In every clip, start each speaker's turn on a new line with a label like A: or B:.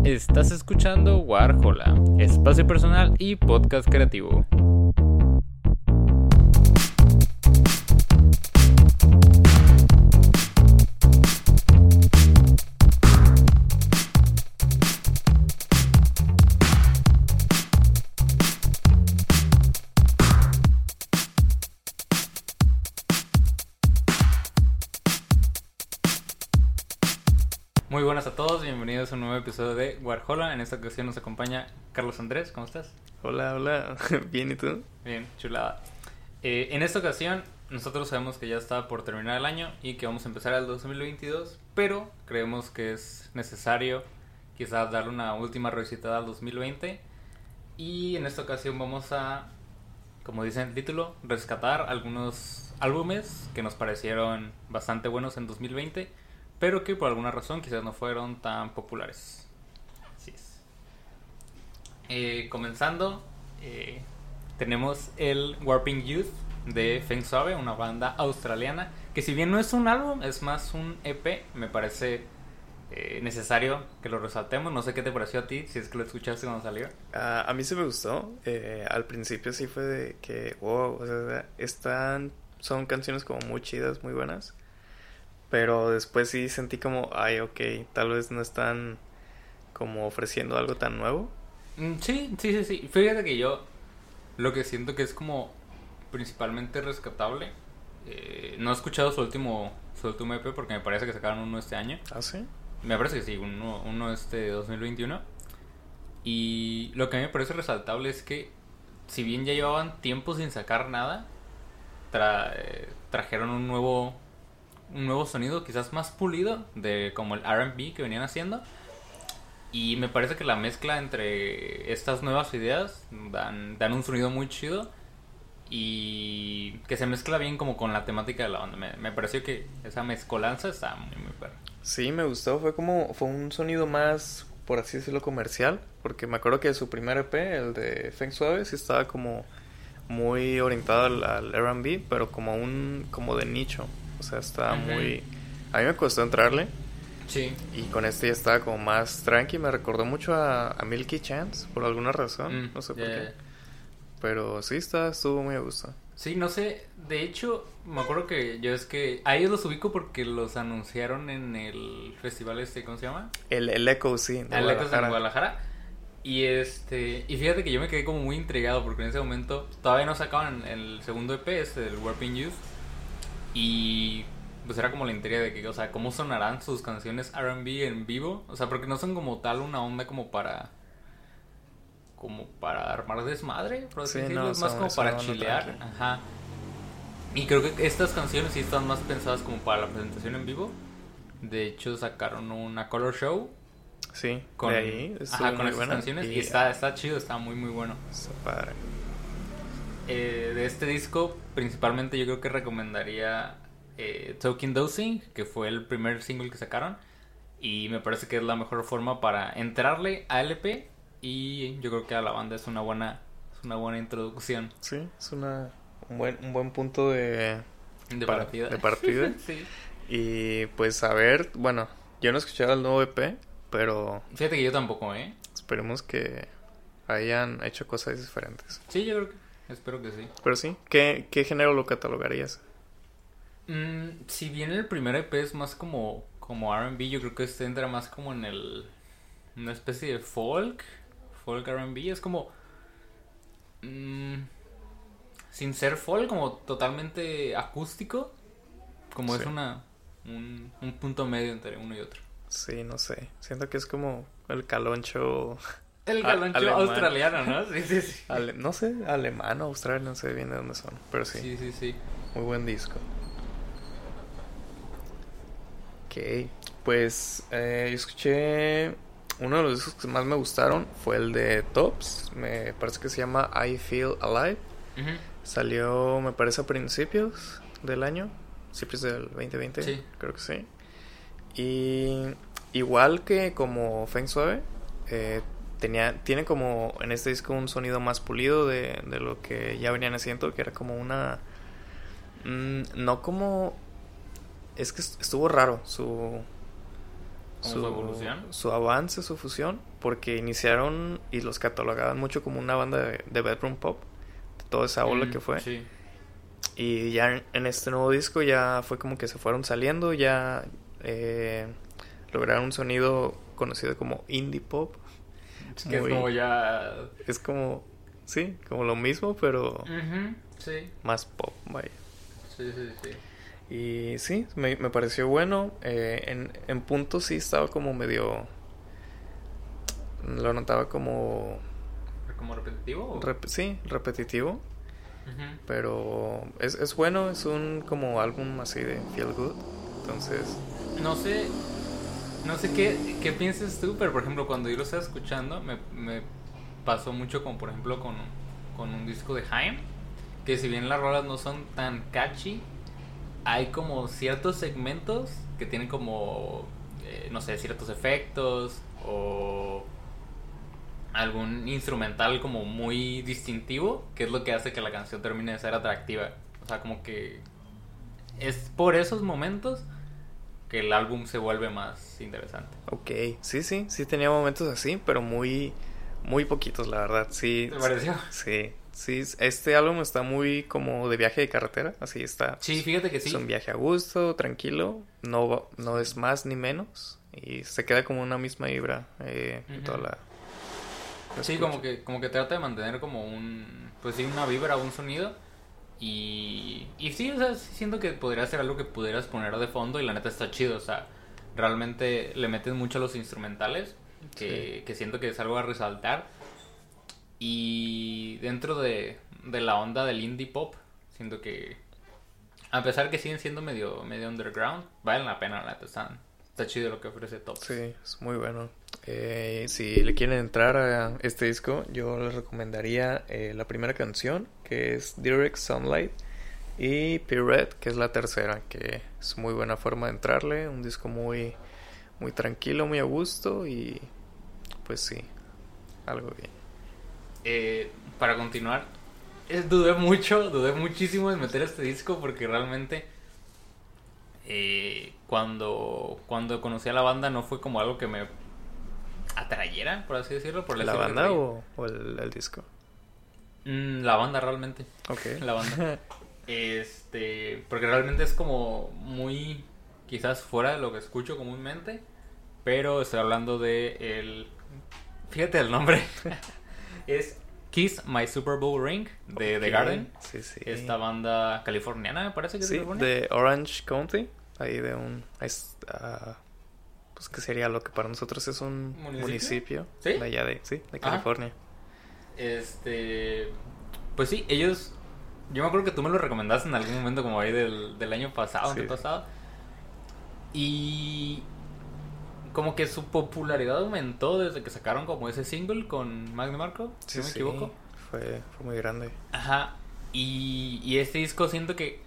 A: Estás escuchando Warhola, espacio personal y podcast creativo. Muy buenas a todos, bienvenidos a un nuevo episodio de Warhola. En esta ocasión nos acompaña Carlos Andrés, ¿cómo estás?
B: Hola, bien, ¿y tú?
A: Bien, chulada. En esta ocasión nosotros sabemos que ya está por terminar el año y que vamos a empezar el 2022, pero creemos que es necesario quizás darle una última revisitada al 2020 y en esta ocasión vamos a, como dice el título, rescatar algunos álbumes que nos parecieron bastante buenos en 2020, pero que por alguna razón quizás no fueron tan populares. Así es. Comenzando, tenemos el Warping Youth de Feng Suave, una banda australiana que, si bien no es un álbum, es más un EP. Me parece necesario que lo resaltemos. No sé qué te pareció a ti, si es que lo escuchaste cuando salió.
B: A mí sí me gustó. Al principio sí fue de que wow, o sea, son canciones como muy chidas, muy buenas. Pero después sí sentí como, ay, ok, tal vez no están como ofreciendo algo tan nuevo.
A: Sí. Fíjate que yo lo que siento que es como principalmente rescatable. No he escuchado su último EP porque me parece que sacaron uno este año.
B: ¿Ah, sí?
A: Me parece que sí, uno este 2021. Y lo que a mí me parece resaltable es que, si bien ya llevaban tiempo sin sacar nada, trajeron un nuevo sonido quizás más pulido de como el R&B que venían haciendo, y me parece que la mezcla entre estas nuevas ideas dan un sonido muy chido y que se mezcla bien como con la temática de la banda. Me pareció que esa mezcolanza está muy perra.
B: Sí, me gustó, fue un sonido más, por así decirlo, comercial, porque me acuerdo que su primer EP, el de Feng Suave, sí estaba como muy orientado al R&B, pero como de nicho. O sea, estaba muy... A mí me costó entrarle.
A: Sí.
B: Y con este ya estaba como más tranqui. Me recordó mucho a Milky Chance, por alguna razón. No sé por qué. Pero sí, estuvo muy a gusto.
A: Sí, no sé. De hecho, me acuerdo que yo es que a ellos los ubico porque los anunciaron en el festival ¿cómo se llama?
B: El Echo, sí,
A: de Guadalajara. En Guadalajara. Y y fíjate que yo me quedé como muy intrigado porque en ese momento todavía no sacaban el segundo EP, del Warping Youth. Y pues era como la intriga de que, o sea, ¿cómo sonarán sus canciones R&B en vivo? O sea, porque no son como tal una onda como para armar desmadre, por así decirlo. Es más como para chilear. Ajá. Y creo que estas canciones sí están más pensadas como para la presentación en vivo. De hecho, sacaron una color show.
B: Sí,
A: con,
B: de ahí
A: con esas canciones. Y está chido, está muy bueno.
B: Está padre.
A: De este disco, principalmente yo creo que recomendaría Talking Dosing, que fue el primer single que sacaron. Y me parece que es la mejor forma para entrarle a LP. Y yo creo que a la banda es una buena introducción.
B: Sí, es un buen punto de
A: partida.
B: De partida.
A: Sí.
B: Y pues a ver, bueno, yo no he escuchado el nuevo EP, pero...
A: Fíjate que yo tampoco,
B: Esperemos que hayan hecho cosas diferentes.
A: Sí, yo creo que... Espero que sí.
B: Pero sí, ¿qué género lo catalogarías?
A: Si bien el primer EP es más como R&B, yo creo que este entra más como en una especie de folk R&B. Es como sin ser folk, como totalmente acústico, como sí. Es un punto medio entre uno y otro.
B: Sí, no sé, siento que es como el caloncho...
A: El caloncho australiano, ¿no? Sí.
B: No sé, alemán o australiano, no sé bien de dónde son, pero sí.
A: Sí.
B: Muy buen disco. Ok, pues yo escuché... Uno de los discos que más me gustaron fue el de Tops. Me parece que se llama I Feel Alive. Salió, me parece, a principios del año. Principios del 2020, sí. Creo que sí. Y igual que como Feng Suave, tiene como en este disco un sonido más pulido de lo que ya venían haciendo, que era como una... no como... Es que estuvo raro
A: ¿Como su evolución?
B: Su avance, su fusión, porque iniciaron y los catalogaban mucho como una banda de bedroom pop, de toda esa ola que fue.
A: Sí.
B: Y ya en este nuevo disco ya fue como que se fueron saliendo, ya lograron un sonido conocido como indie pop.
A: Que es como ya...
B: Es como, sí, como lo mismo, pero
A: sí.
B: más pop, vaya.
A: Sí.
B: Y sí, me pareció bueno. En puntos sí estaba como medio... Lo notaba como...
A: ¿Como repetitivo?
B: Sí, repetitivo. Pero es bueno, es un como álbum así de feel good. Entonces...
A: No sé qué piensas tú, pero por ejemplo cuando yo lo estaba escuchando me pasó mucho con, por ejemplo, con un disco de Haim, que si bien las rolas no son tan catchy, hay como ciertos segmentos que tienen como, no sé, ciertos efectos o algún instrumental como muy distintivo, que es lo que hace que la canción termine de ser atractiva. O sea, como que es por esos momentos que el álbum se vuelve más interesante.
B: Ok, sí tenía momentos así, pero muy poquitos, la verdad. Sí.
A: ¿Te pareció?
B: Sí, este álbum está muy como de viaje de carretera, así está.
A: Sí, fíjate que sí.
B: Es un viaje a gusto, tranquilo, no es más ni menos y se queda como una misma vibra en toda la...
A: Sí, como que trata de mantener como una vibra, un sonido. Y sí, o sea, siento que podría ser algo que pudieras poner de fondo y la neta está chido, o sea, realmente le meten mucho a los instrumentales, que siento que es algo a resaltar. Y dentro de la onda del indie pop, siento que a pesar que siguen siendo medio underground, valen la pena, la neta, está chido lo que ofrece Tops.
B: Sí, es muy bueno. Si le quieren entrar a este disco, yo les recomendaría la primera canción, que es Direct Sunlight, y Pirate, que es la tercera, que es muy buena forma de entrarle. Un disco muy tranquilo, muy a gusto y pues sí, algo bien.
A: Para continuar, dudé muchísimo en meter este disco porque realmente cuando conocí a la banda no fue como algo que me atrayera, por así decirlo. Por
B: ¿La banda o el disco?
A: La banda realmente.
B: Ok.
A: La banda. Porque realmente es como muy quizás fuera de lo que escucho comúnmente, pero estoy hablando fíjate el nombre. Es Kiss My Super Bowl Ring de The Garden.
B: Sí.
A: Esta banda californiana, me parece que es
B: sí, de Orange County, ahí de pues que sería lo que para nosotros es un municipio
A: ¿Sí?
B: de allá de California.
A: Pues sí, ellos, yo me acuerdo que tú me lo recomendaste en algún momento como ahí del año pasado, antepasado. Y como que su popularidad aumentó desde que sacaron como ese single con Mac DeMarco, si no me equivoco.
B: Fue muy grande.
A: Ajá. Y este disco siento que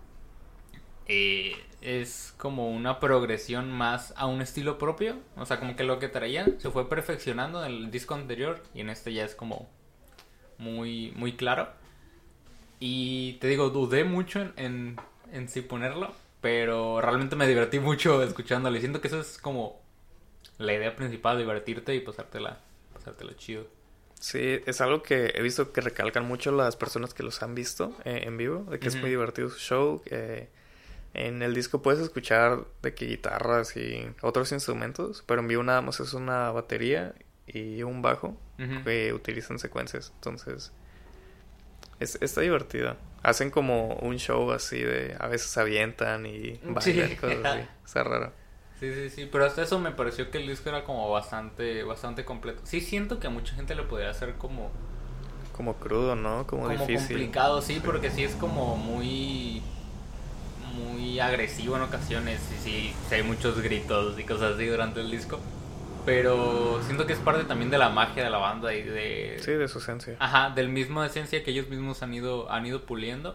A: es como una progresión más a un estilo propio. O sea, como que lo que traían se fue perfeccionando en el disco anterior y en este ya es como muy claro. Y te digo, dudé mucho en si ponerlo, pero realmente me divertí mucho escuchándolo. Y siento que eso es como la idea principal, divertirte y pasártela chido.
B: Sí, es algo que he visto que recalcan mucho las personas que los han visto en vivo, de que es muy divertido su show. En el disco puedes escuchar de que guitarras y otros instrumentos, pero en vivo nada más es una batería y un bajo que utilizan secuencias. Entonces, está divertido. Hacen como un show así de... A veces se avientan y bailan y cosas así. Está raro.
A: Sí, pero hasta eso me pareció que el disco era como bastante completo. Sí siento que a mucha gente le podría hacer como
B: crudo, ¿no? Como difícil.
A: Complicado, sí, porque sí es como muy agresivo en ocasiones y sí hay muchos gritos y cosas así durante el disco. Pero siento que es parte también de la magia de la banda y de...
B: Sí, de su esencia.
A: Ajá, del mismo esencia que ellos mismos han ido puliendo.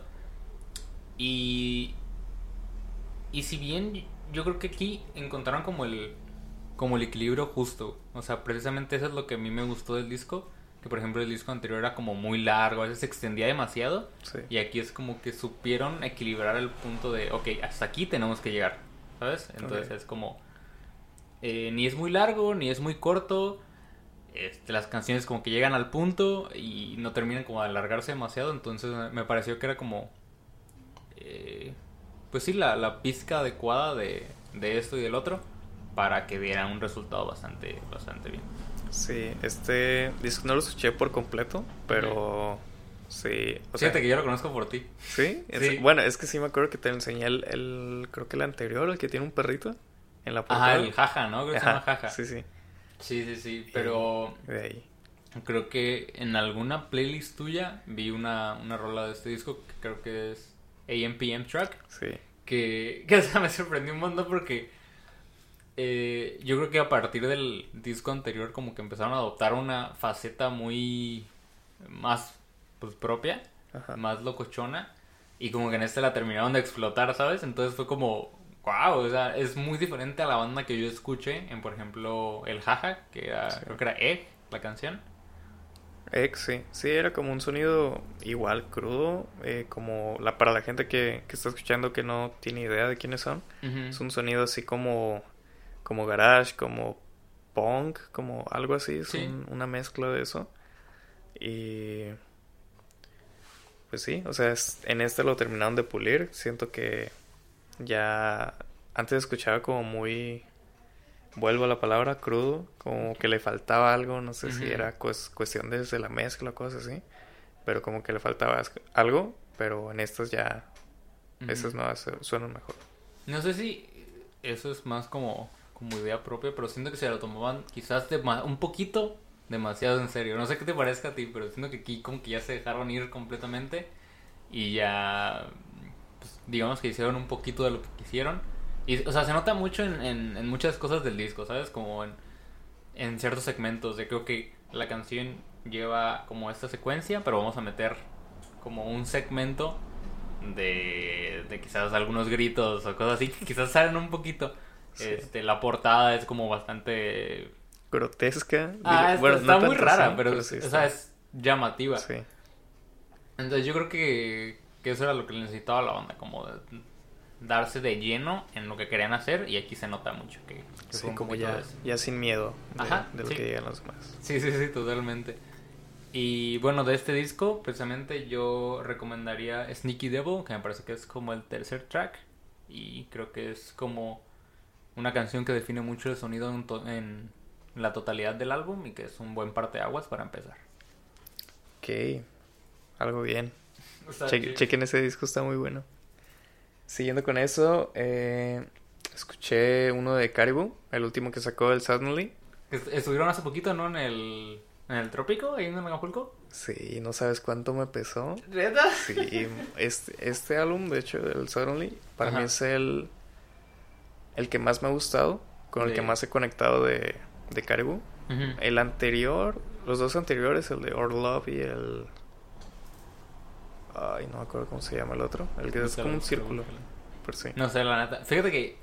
A: Y si bien yo creo que aquí encontraron como el equilibrio justo. O sea, precisamente eso es lo que a mí me gustó del disco. Que por ejemplo el disco anterior era como muy largo, a veces se extendía demasiado.
B: Sí.
A: Y aquí es como que supieron equilibrar el punto de, ok, hasta aquí tenemos que llegar, ¿sabes? Entonces es como ni es muy largo, ni es muy corto. Las canciones como que llegan al punto y no terminan como de alargarse demasiado. Entonces me pareció que era como... pues sí, la pizca adecuada de esto y del otro para que diera un resultado bastante bien.
B: Sí, este disco no lo escuché por completo, pero sí, o
A: Fíjate
B: sea,
A: que yo lo conozco por ti.
B: sí,
A: Sí.
B: bueno, es que sí me acuerdo que te enseñé creo que el anterior, el que tiene un perrito en la
A: Ajá,
B: portada.
A: el jaja, ¿no? Creo que se llama jaja.
B: Sí, sí.
A: Sí, pero
B: De ahí.
A: creo que en alguna playlist tuya vi una rola de este disco que creo que es AMPM Track,
B: Sí.
A: que o sea, me sorprendió un montón porque yo creo que a partir del disco anterior como que empezaron a adoptar una faceta muy más pues propia,
B: Ajá.
A: más locochona, y como que en este la terminaron de explotar, ¿sabes? Entonces fue como, wow, o sea, es muy diferente a la banda que yo escuché en, por ejemplo, El Jaja, que era,
B: Sí.
A: creo que era Egg, la canción.
B: Sí. Sí, era como un sonido igual crudo, como para la gente que está escuchando que no tiene idea de quiénes son.
A: Ujú.
B: Es un sonido así como garage, como punk, como algo así. Es
A: Sí.
B: una mezcla de eso. Y pues sí, o sea, en este lo terminaron de pulir. Siento que ya antes escuchaba como muy, vuelvo a la palabra, crudo, como que le faltaba algo, no sé si
A: Ujú.
B: era cuestión desde la mezcla o cosas así, pero como que le faltaba algo, pero en estas ya, estas
A: Ujú.
B: nuevas suenan mejor.
A: No sé si eso es más como idea propia, pero siento que se lo tomaban quizás un poquito demasiado en serio. No sé qué te parezca a ti, pero siento que aquí como que ya se dejaron ir completamente y ya, pues, digamos que hicieron un poquito de lo que quisieron. Y, o sea, se nota mucho en muchas cosas del disco, ¿sabes? Como en ciertos segmentos. Yo creo que la canción lleva como esta secuencia, pero vamos a meter como un segmento de quizás algunos gritos o cosas así que quizás salen un poquito.
B: Sí.
A: La portada es como bastante...
B: Grotesca,
A: Está,
B: bueno,
A: está
B: no
A: muy
B: tanto
A: rara,
B: así,
A: pero
B: pero sí
A: o
B: está.
A: sea, es llamativa.
B: Sí,
A: Entonces yo creo que eso era lo que necesitaba la banda, como darse de lleno en lo que querían hacer, y aquí se nota mucho que fue
B: sí,
A: un
B: como
A: poquito de
B: ya,
A: eso.
B: ya sin miedo
A: Ajá,
B: de lo
A: sí.
B: que digan los demás.
A: Sí, totalmente. Y bueno, de este disco, precisamente yo recomendaría Sneaky Devil, que me parece que es como el tercer track. Y creo que es como una canción que define mucho el sonido en la totalidad del álbum y que es un buen parteaguas para empezar.
B: Ok, algo bien.
A: Está chido.
B: Chequen ese disco, está muy bueno. Siguiendo con eso, escuché uno de Caribou, el último que sacó, el Suddenly.
A: Estuvieron hace poquito, ¿no? En el Trópico, ahí en Acapulco.
B: Sí, no sabes cuánto me pesó.
A: ¿Neta?
B: Sí, este álbum, de hecho, el Suddenly, para
A: Ajá.
B: mí es el que más me ha gustado, con el que
A: De-
B: más he conectado de Caribou.
A: Ujú.
B: El anterior, los dos anteriores, el de Our Love y el... Ay, no me acuerdo cómo se llama el otro. El que es
A: Búscalo,
B: como un
A: búscalo,
B: círculo.
A: búscalo.
B: Por sí.
A: No sé, la neta. Fíjate que...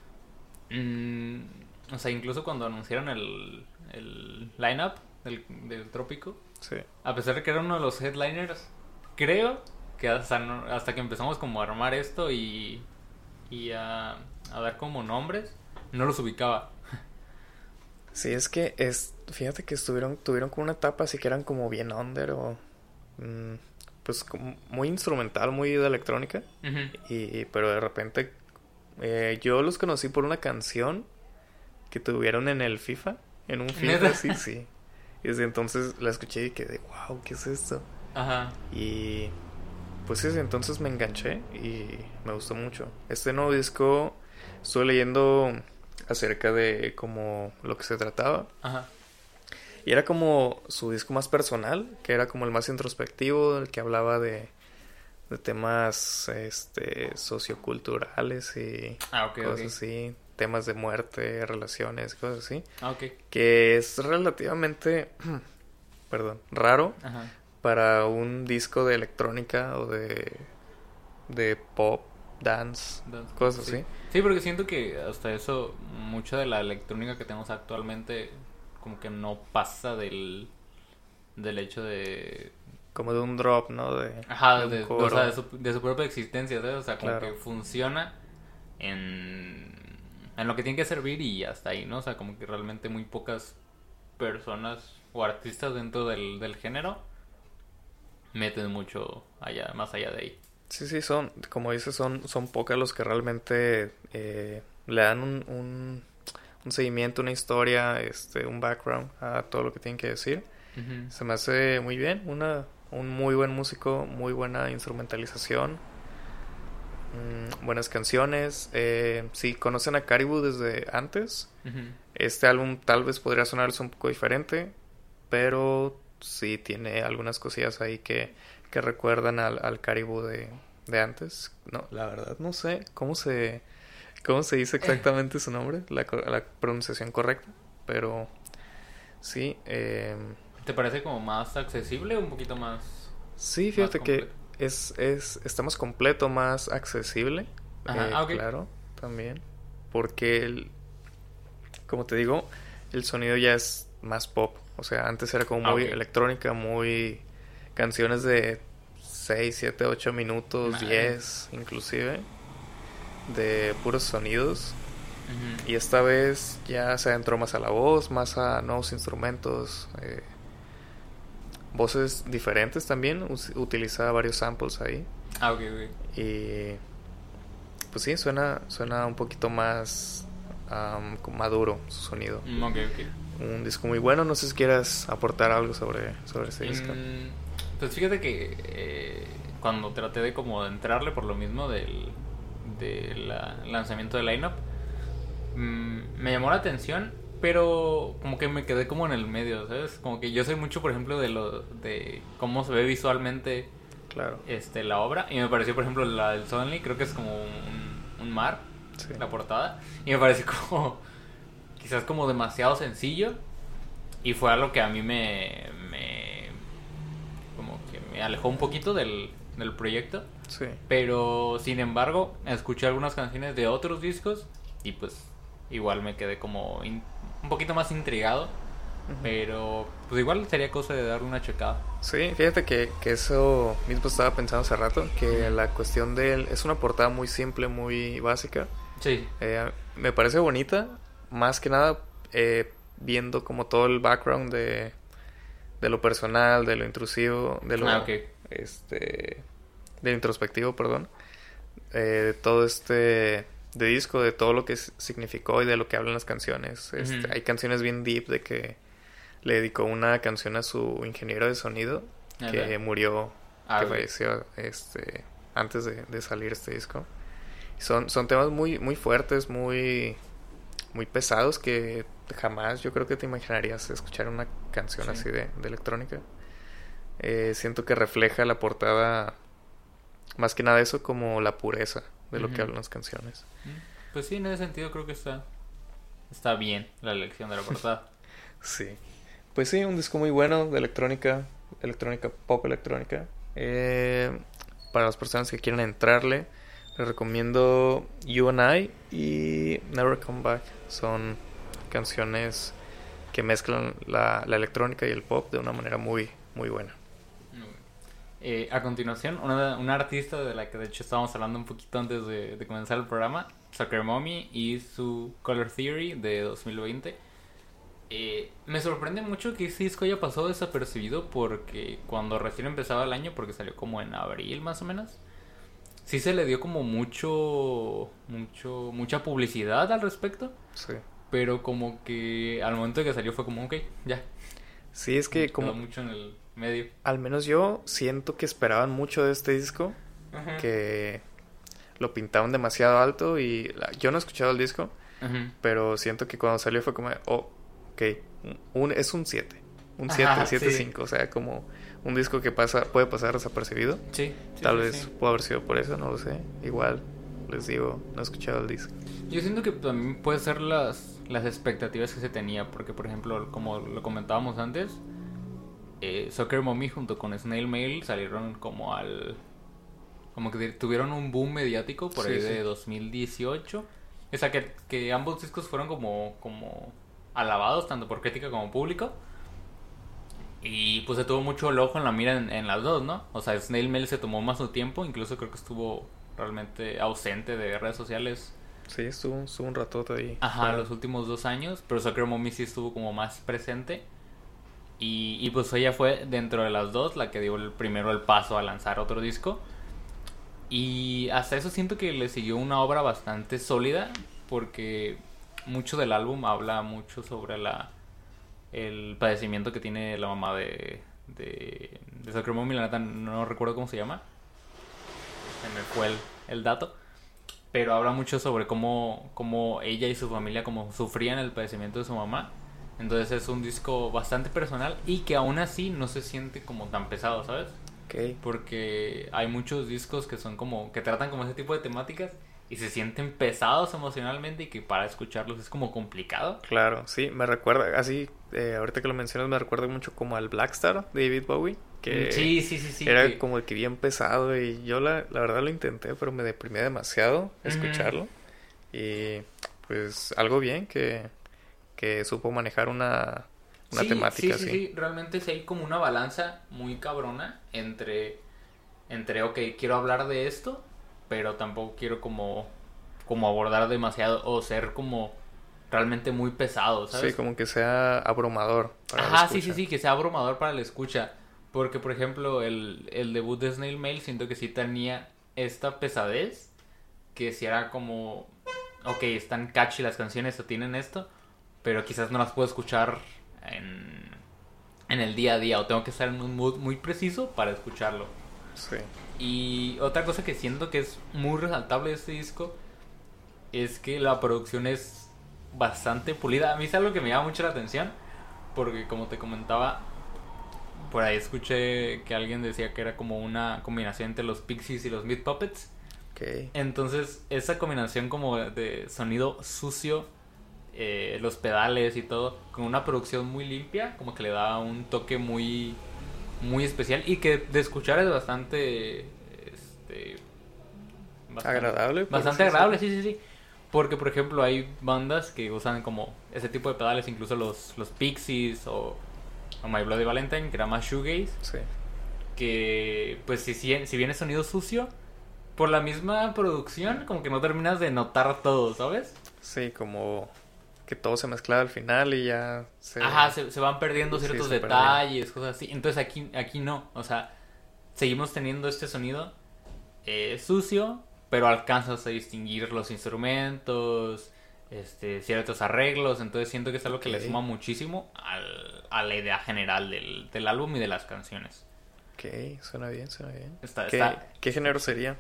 A: o sea, incluso cuando anunciaron el lineup del Trópico,
B: Sí.
A: a pesar de que era uno de los headliners, creo que hasta que empezamos como a armar esto y a dar como nombres, no los ubicaba.
B: Sí, es que fíjate que tuvieron como una etapa así que eran como bien under o mm, pues como muy instrumental, muy de electrónica.
A: Ujú.
B: Pero de repente yo los conocí por una canción que tuvieron en el FIFA, en un FIFA,
A: ¿Neta?
B: sí, sí. Y desde entonces la escuché y quedé, wow, ¿qué es esto?
A: Ajá.
B: Y pues desde entonces me enganché y me gustó mucho. Este nuevo disco estuve leyendo acerca de como lo que se trataba.
A: Ajá.
B: Y era como su disco más personal, que era como el más introspectivo, el que hablaba de temas socioculturales y
A: Ok.
B: cosas así, temas de muerte, relaciones, cosas así,
A: Ok.
B: que es relativamente, perdón, raro
A: Ajá.
B: para un disco de electrónica o de pop, dance, cosas
A: Sí.
B: así.
A: Sí, porque siento que hasta eso, mucha de la electrónica que tenemos actualmente, como que no pasa del hecho de...
B: Como de un drop, ¿no?
A: Ajá,
B: de un
A: o sea,
B: coro.
A: de su propia existencia, ¿sabes? O sea, como
B: Claro.
A: que funciona en en lo que tiene que servir y hasta ahí, ¿no? O sea, como que realmente muy pocas personas o artistas dentro del género meten mucho allá, más allá de ahí.
B: Sí, son, como dices, son pocas los que realmente le dan un seguimiento, una historia, un background a todo lo que tienen que decir.
A: Uh-huh.
B: Se me hace muy bien, un muy buen músico, muy buena instrumentalización, buenas canciones. Si conocen a Caribou desde antes,
A: Uh-huh.
B: este álbum tal vez podría sonarles un poco diferente, pero sí tiene algunas cosillas ahí que recuerdan al Caribou de antes. No, la verdad no sé cómo se dice exactamente su nombre, la pronunciación correcta, pero sí.
A: ¿Te parece como más accesible o un poquito más?
B: Sí,
A: Más
B: fíjate que está más completo, más accesible.
A: Ajá, ok.
B: Claro, también. Porque, como te digo, el sonido ya es más pop. O sea, antes era como muy electrónica, muy canciones de 6, 7, 8 minutos, 10 inclusive, de puros sonidos.
A: Uh-huh.
B: Y esta vez ya se adentró más a la voz, más a nuevos instrumentos, voces diferentes también. Utiliza varios samples ahí.
A: Ok.
B: Y pues sí, suena un poquito más maduro su sonido.
A: Ok.
B: Un disco muy bueno. No sé si quieras aportar algo sobre ese disco.
A: Pues fíjate que cuando traté de como entrarle por lo mismo del lanzamiento del lineup, me llamó la atención, pero como que me quedé como en el medio, ¿sabes? Como que yo soy mucho, por ejemplo, de cómo se ve visualmente,
B: claro,
A: la obra, y me pareció, por ejemplo, la del Suddenly, creo que es como un mar,
B: sí,
A: la portada, y me pareció como quizás como demasiado sencillo, y fue algo que a mí como que me alejó un poquito del proyecto.
B: sí.
A: Pero sin embargo, escuché algunas canciones de otros discos y pues igual me quedé como un poquito más intrigado. Uh-huh. Pero pues igual sería cosa de darle una checada.
B: Sí, fíjate que eso mismo estaba pensando hace rato, que la cuestión es una portada muy simple, muy básica.
A: Sí.
B: Me parece bonita, más que nada viendo como todo el background de lo personal, de lo intrusivo, de lo de lo introspectivo, perdón, de todo de disco, de todo lo que significó y de lo que hablan las canciones. Uh-huh. Hay canciones bien deep de que le dedicó una canción a su ingeniero de sonido que murió, que falleció antes de salir este disco. Son temas muy muy fuertes, muy muy pesados, que jamás yo creo que te imaginarías escuchar una canción así de electrónica. Siento que refleja la portada más que nada eso, como la pureza de lo que hablan las canciones.
A: Pues sí, en ese sentido creo que está bien la elección de la portada.
B: Sí. Pues sí, un disco muy bueno de electrónica, pop electrónica. Para las personas que quieran entrarle, les recomiendo You and I y Never Come Back. Son canciones que mezclan la electrónica y el pop de una manera muy, muy buena.
A: A continuación, una artista de la que de hecho estábamos hablando un poquito antes de comenzar el programa, Soccer Mommy y su Color Theory de 2020. Me sorprende mucho que ese disco haya pasado desapercibido, porque cuando recién empezaba el año, porque salió como en abril más o menos, sí se le dio como mucha publicidad al respecto.
B: Sí.
A: Pero como que al momento de que salió fue como, ok, ya.
B: Sí, es que como
A: mucho en el medio.
B: Al menos yo siento que esperaban mucho de este disco. Uh-huh. Que lo pintaban demasiado alto y yo no he escuchado el disco. Uh-huh. Pero siento que cuando salió fue como, ok, es un 7. Un 7, 7, 5. O sea, como un disco que puede pasar desapercibido.
A: Sí.
B: Tal vez puede haber sido por eso, no lo sé. Igual, les digo, no he escuchado el disco.
A: Yo siento que también puede ser las expectativas que se tenía, porque por ejemplo, como lo comentábamos antes, Soccer Mommy junto con Snail Mail salieron como que tuvieron un boom mediático por ahí de 2018. O sea que ambos discos fueron como alabados tanto por crítica como público. Y pues se tuvo mucho el ojo en la mira en las dos, ¿no? O sea, Snail Mail se tomó más su tiempo, incluso creo que estuvo realmente ausente de redes sociales
B: Sí, estuvo un ratote ahí.
A: Ajá, los últimos 2 años, pero Soccer Mommy sí estuvo como más presente. Y pues ella fue dentro de las dos la que dio primero el paso a lanzar otro disco. Y hasta eso siento que le siguió una obra bastante sólida, porque mucho del álbum habla mucho sobre el padecimiento que tiene la mamá de Soccer Mommy. La neta no recuerdo cómo se llama, se me fue el dato, pero habla mucho sobre cómo ella y su familia como sufrían el padecimiento de su mamá. Entonces es un disco bastante personal y que aún así no se siente como tan pesado, ¿sabes?
B: Okay.
A: Porque hay muchos discos que son como que tratan como ese tipo de temáticas y se sienten pesados emocionalmente y que para escucharlos es como complicado.
B: Claro, sí, me recuerda, así, ahorita que lo mencionas, me recuerda mucho como al Blackstar de David Bowie, que
A: Sí.
B: era como el que bien pesado, y yo la verdad lo intenté, pero me deprimía demasiado escucharlo. Y pues algo bien que supo manejar una temática así.
A: Sí, realmente sí hay como una balanza muy cabrona entre ok, quiero hablar de esto, pero tampoco quiero como abordar demasiado o ser como realmente muy pesado, ¿sabes?
B: Sí, como que sea abrumador para la
A: Ajá,
B: escucha.
A: sí, que sea abrumador para la escucha. Porque, por ejemplo, el debut de Snail Mail siento que sí tenía esta pesadez, que si era como, ok, están catchy las canciones o tienen esto, pero quizás no las puedo escuchar en el día a día, o tengo que estar en un mood muy preciso para escucharlo.
B: Sí.
A: Y otra cosa que siento que es muy resaltable de este disco es que la producción es bastante pulida. A mí es algo que me llama mucho la atención, porque como te comentaba, por ahí escuché que alguien decía que era como una combinación entre los Pixies y los Meat Puppets.
B: Okay.
A: Entonces esa combinación como de sonido sucio, los pedales y todo, con una producción muy limpia, como que le da un toque muy muy especial y que de escuchar es bastante
B: agradable.
A: Bastante agradable, sí. Porque, por ejemplo, hay bandas que usan como ese tipo de pedales, incluso los Pixies o My Bloody Valentine, que era más shoegaze.
B: Sí.
A: Que, pues, si bien es sonido sucio, por la misma producción, como que no terminas de notar todo, ¿sabes?
B: Sí, como que todo se mezcla al final y ya se...
A: Ajá, se van perdiendo ciertos detalles, cosas así. Entonces aquí no, o sea, seguimos teniendo este sonido sucio, pero alcanzas a distinguir los instrumentos, ciertos arreglos. Entonces siento que es algo que le suma muchísimo a la idea general del álbum y de las canciones.
B: Ok, suena bien.
A: Está...
B: ¿Qué género sería?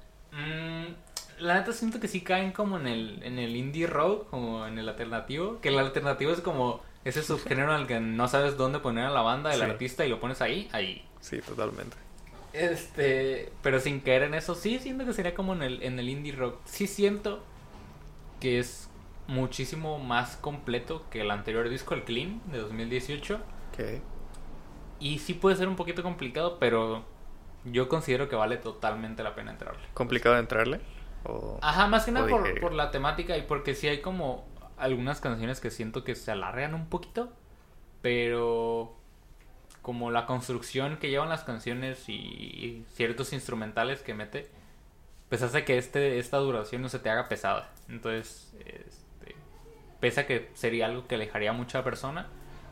A: La neta siento que sí caen como en el indie rock, como en el alternativo. Que el alternativo es como ese subgénero en el que no sabes dónde poner a la banda del artista y lo pones ahí.
B: Sí, totalmente.
A: Pero sin caer en eso, sí siento que sería como en el indie rock. Sí siento que es muchísimo más completo que el anterior disco, el Clean, de 2018.
B: Okay.
A: Y sí puede ser un poquito complicado, pero yo considero que vale totalmente la pena entrarle.
B: ¿Complicado de entrarle?
A: Ajá, más que nada por la temática y porque sí hay como algunas canciones que siento que se alargan un poquito, pero como la construcción que llevan las canciones y ciertos instrumentales que mete, pues hace que esta duración no se te haga pesada. Entonces, pese a que sería algo que alejaría a muchas personas,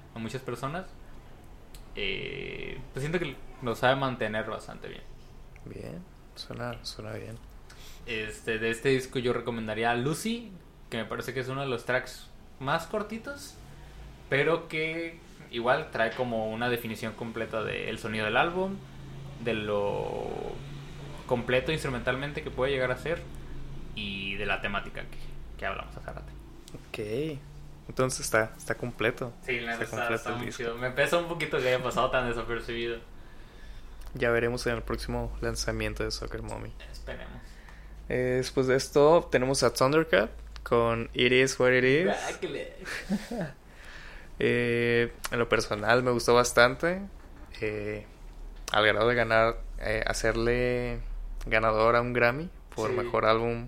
A: pues siento que lo sabe mantener bastante bien.
B: Bien, suena bien.
A: De este disco yo recomendaría Lucy, que me parece que es uno de los tracks más cortitos, pero que igual trae como una definición completa del sonido del álbum, de lo completo instrumentalmente que puede llegar a ser y de la temática que hablamos hace rato.
B: Ok, entonces está completo.
A: Sí, está muy chido. Me pesa un poquito que haya pasado tan desapercibido.
B: Ya veremos en el próximo lanzamiento de Soccer Mommy.
A: Esperemos.
B: Después de esto tenemos a Thundercat con It Is What It Is. En lo personal me gustó bastante, al grado de ganar, hacerle ganador a un Grammy por mejor álbum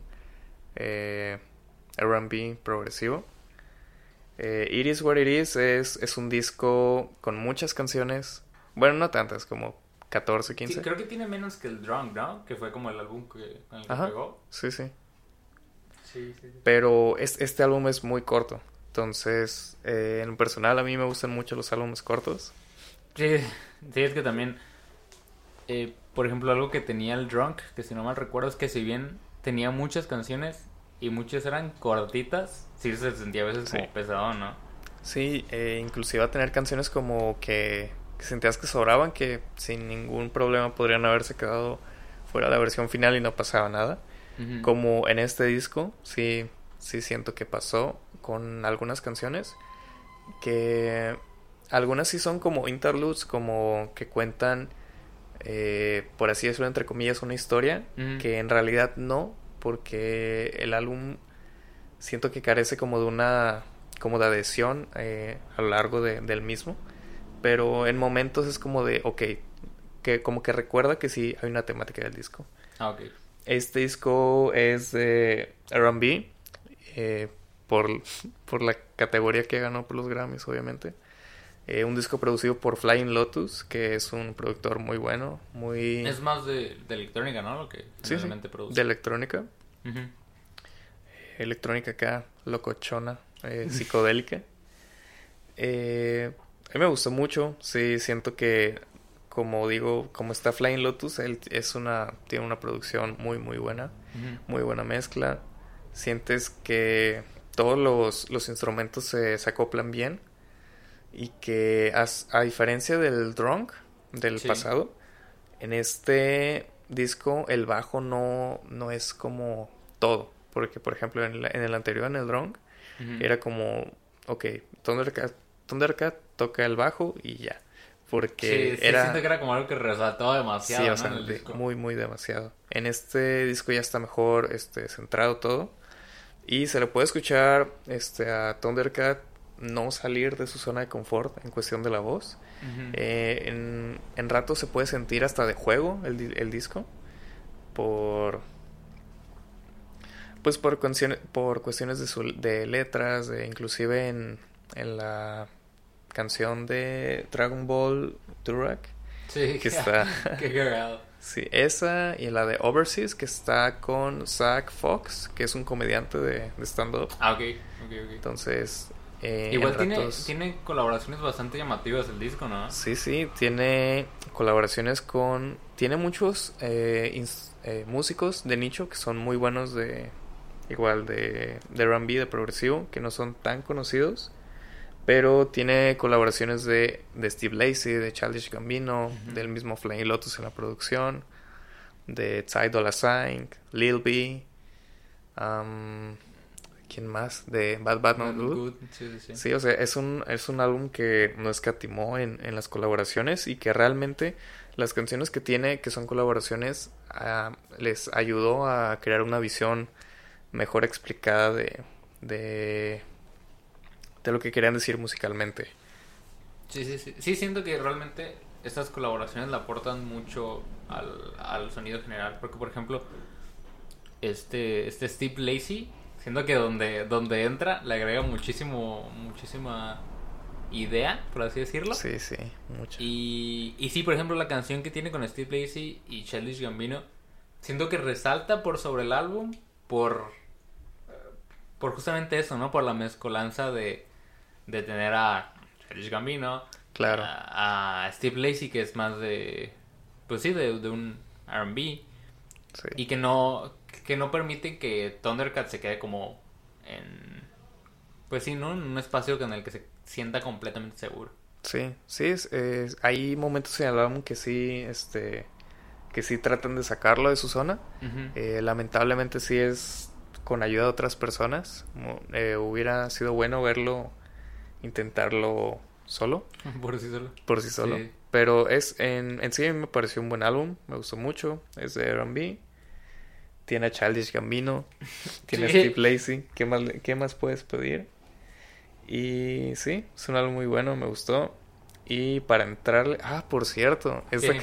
B: R&B progresivo. It Is What It Is es un disco con muchas canciones, bueno, no tantas, como 14, 15.
A: Sí, creo que tiene menos que el Drunk, ¿no? Que fue como el álbum con el que pegó.
B: Sí.
A: Sí, sí, sí.
B: Pero este álbum es muy corto. Entonces, en lo personal, a mí me gustan mucho los álbumes cortos.
A: Sí, sí, es que también, por ejemplo, algo que tenía el Drunk, que si no mal recuerdo, es que si bien tenía muchas canciones y muchas eran cortitas, sí se sentía a veces como pesado, ¿no?
B: Sí, inclusive a tener canciones como que sentías que sobraban, que sin ningún problema podrían haberse quedado fuera de la versión final y no pasaba nada.
A: Uh-huh.
B: Como en este disco, sí siento que pasó con algunas canciones, que algunas sí son como interludes, como que cuentan, por así decirlo, entre comillas, una historia,
A: Uh-huh.
B: que en realidad no, porque el álbum siento que carece como de como de adhesión a lo largo del mismo, pero en momentos es como de, ok, que como que recuerda que sí hay una temática del disco.
A: Ah, ok.
B: Este disco es de R&B, por, por la categoría que ganó por los Grammys, obviamente. Un disco producido por Flying Lotus, que es un productor muy bueno, muy...
A: Es más de electrónica, ¿no? Lo que generalmente produce.
B: De electrónica.
A: Uh-huh.
B: Electrónica acá, locochona, psicodélica. A mí me gustó mucho, sí, siento que, como digo, como está Flying Lotus, él tiene una producción muy muy buena,
A: Uh-huh.
B: muy buena mezcla. Sientes que todos los instrumentos se acoplan bien y que a diferencia del Drunk del pasado, en este disco el bajo no es como todo, porque por ejemplo en el anterior, en el Drunk, uh-huh, era como, ok, Thundercat toca el bajo y ya. Porque
A: sí, siento que era como algo que resaltaba demasiado,
B: sí,
A: ¿no?
B: O sea,
A: en el disco.
B: muy demasiado. En este disco ya está mejor centrado todo. Y se le puede escuchar a Thundercat no salir de su zona de confort en cuestión de la voz. Uh-huh. En rato se puede sentir hasta de juego el disco. Pues por cuestiones de letras, inclusive en la canción de Dragon Ball Turok.
A: Sí,
B: que está...
A: qué cagado.
B: Sí, esa y la de Overseas, que está con Zach Fox, que es un comediante de stand-up.
A: Ah, ok.
B: Entonces...
A: igual tiene colaboraciones bastante llamativas el disco, ¿no?
B: Sí, tiene colaboraciones con... Tiene muchos músicos de nicho que son muy buenos igual de R&B, de progresivo, que no son tan conocidos. Pero tiene colaboraciones de Steve Lacy, de Childish Gambino, uh-huh, del mismo Flying Lotus en la producción, de Ty Dolla $ign, Lil B, ¿quién más? De Bad Not Good. Sí, o sea, es un álbum que no escatimó en las colaboraciones y que realmente las canciones que tiene, que son colaboraciones, les ayudó a crear una visión mejor explicada de lo que querían decir musicalmente.
A: Sí, siento que realmente estas colaboraciones le aportan mucho al sonido general. Porque, por ejemplo, este Steve Lacy, siento que donde entra le agrega muchísima idea, por así decirlo.
B: Sí, mucho.
A: Y sí, por ejemplo, la canción que tiene con Steve Lacy y Childish Gambino, siento que resalta por sobre el álbum por justamente eso, ¿no? Por la mezcolanza de tener a Childish Gambino,
B: claro,
A: a Steve Lacy, que es más de un R&B, sí, y que no permite que Thundercat se quede como ¿no? En un espacio en el que se sienta completamente seguro.
B: Sí, hay momentos en el álbum que sí, que sí tratan de sacarlo de su zona. Uh-huh. Lamentablemente sí es con ayuda de otras personas. Hubiera sido bueno verlo, intentarlo solo.
A: Por sí solo.
B: Sí. Pero en sí me pareció un buen álbum, me gustó mucho. Es de R&B. Tiene a Childish Gambino, tiene a Steve Lacy. ¿Qué más puedes pedir? Y sí, es un álbum muy bueno, me gustó. Y para entrarle... por cierto,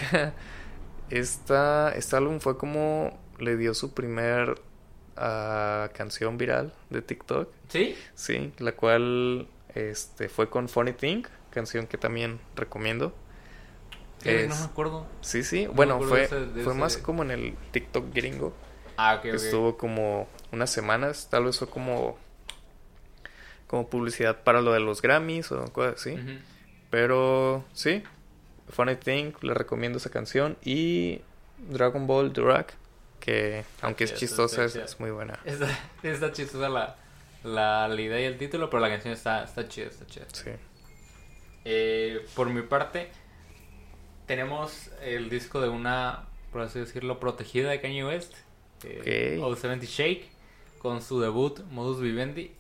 B: este álbum fue como le dio su primer canción viral de TikTok.
A: ¿Sí?
B: Sí, la cual fue con Funny Thing, canción que también recomiendo.
A: No me acuerdo.
B: Sí, bueno, fue más como en el TikTok gringo.
A: Ah, ok.
B: Estuvo como unas semanas, tal vez fue como publicidad para lo de los Grammys o cosas así.
A: Uh-huh.
B: Pero sí, Funny Thing, le recomiendo esa canción. Y Dragon Ball Durak, que aunque es chistosa, es muy buena.
A: Está chistosa la idea y el título, pero la canción está chida,
B: Sí.
A: Por mi parte, tenemos el disco de una, por así decirlo, protegida de Kanye West, O70 Shake, con su debut Modus Vivendi.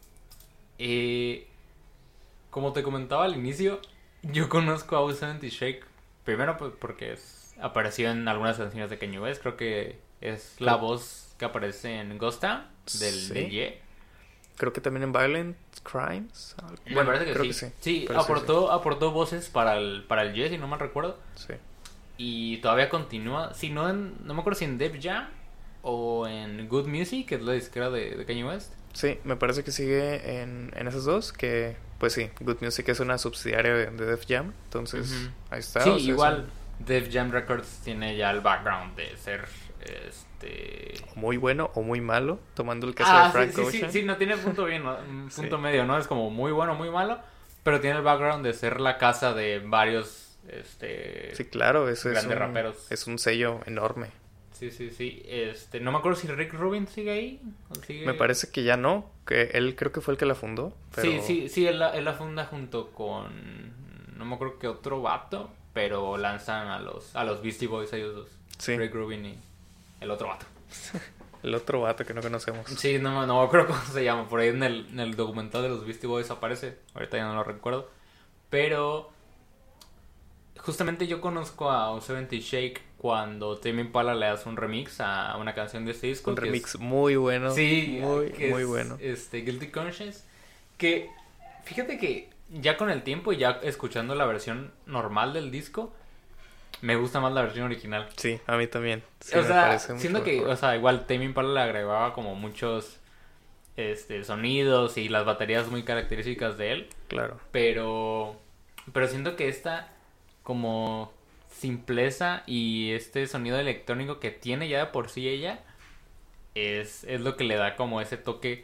A: Como te comentaba al inicio, yo conozco a O70 Shake primero porque apareció en algunas canciones de Kanye West. Creo que es la voz que aparece en Ghost Town del Ye.
B: Creo que también en Violent Crimes.
A: Me parece que
B: creo
A: sí.
B: Que sí.
A: Sí, aportó voces para el Ye, si no mal recuerdo.
B: Sí.
A: Y todavía continúa, si no me acuerdo si en Def Jam o en Good Music, que es la disquera de Kanye West.
B: Sí, me parece que sigue en esas dos, que pues sí, Good Music es una subsidiaria de Def Jam, entonces ahí está.
A: Sí, o sea, igual Def Jam Records tiene ya el background de ser
B: muy bueno o muy malo, tomando el caso de Frank
A: Ocean. Sí, no tiene punto bien, ¿no? Punto medio, ¿no? Es como muy bueno, muy malo, pero tiene el background de ser la casa de varios
B: sí, claro,
A: grandes raperos.
B: Es un sello enorme.
A: Sí. No me acuerdo si Rick Rubin sigue ahí.
B: Me parece que ya no, que él creo que fue el que la fundó. Pero...
A: Sí, él la funda junto con, no me acuerdo qué otro vato, pero lanzan a los Beastie Boys ellos dos.
B: Sí.
A: Rick Rubin y el otro vato.
B: El otro vato que no conocemos.
A: Sí, no me acuerdo cómo se llama. Por ahí en el documental de los Beastie Boys aparece. Ahorita ya no lo recuerdo. Pero justamente yo conozco a O70 Shake cuando Tame Impala le hace un remix a una canción de este disco.
B: Un remix muy bueno.
A: Sí,
B: muy bueno.
A: Guilty Conscience. Que fíjate que ya con el tiempo, ya escuchando la versión normal del disco, me gusta más la versión original.
B: Sí, a mí también. Sí,
A: o sea, siento que, o sea, igual Tame Impala le agregaba como muchos sonidos y las baterías muy características de él.
B: Claro.
A: Pero siento que esta como simpleza y este sonido electrónico que tiene ya de por sí ella es lo que le da como ese toque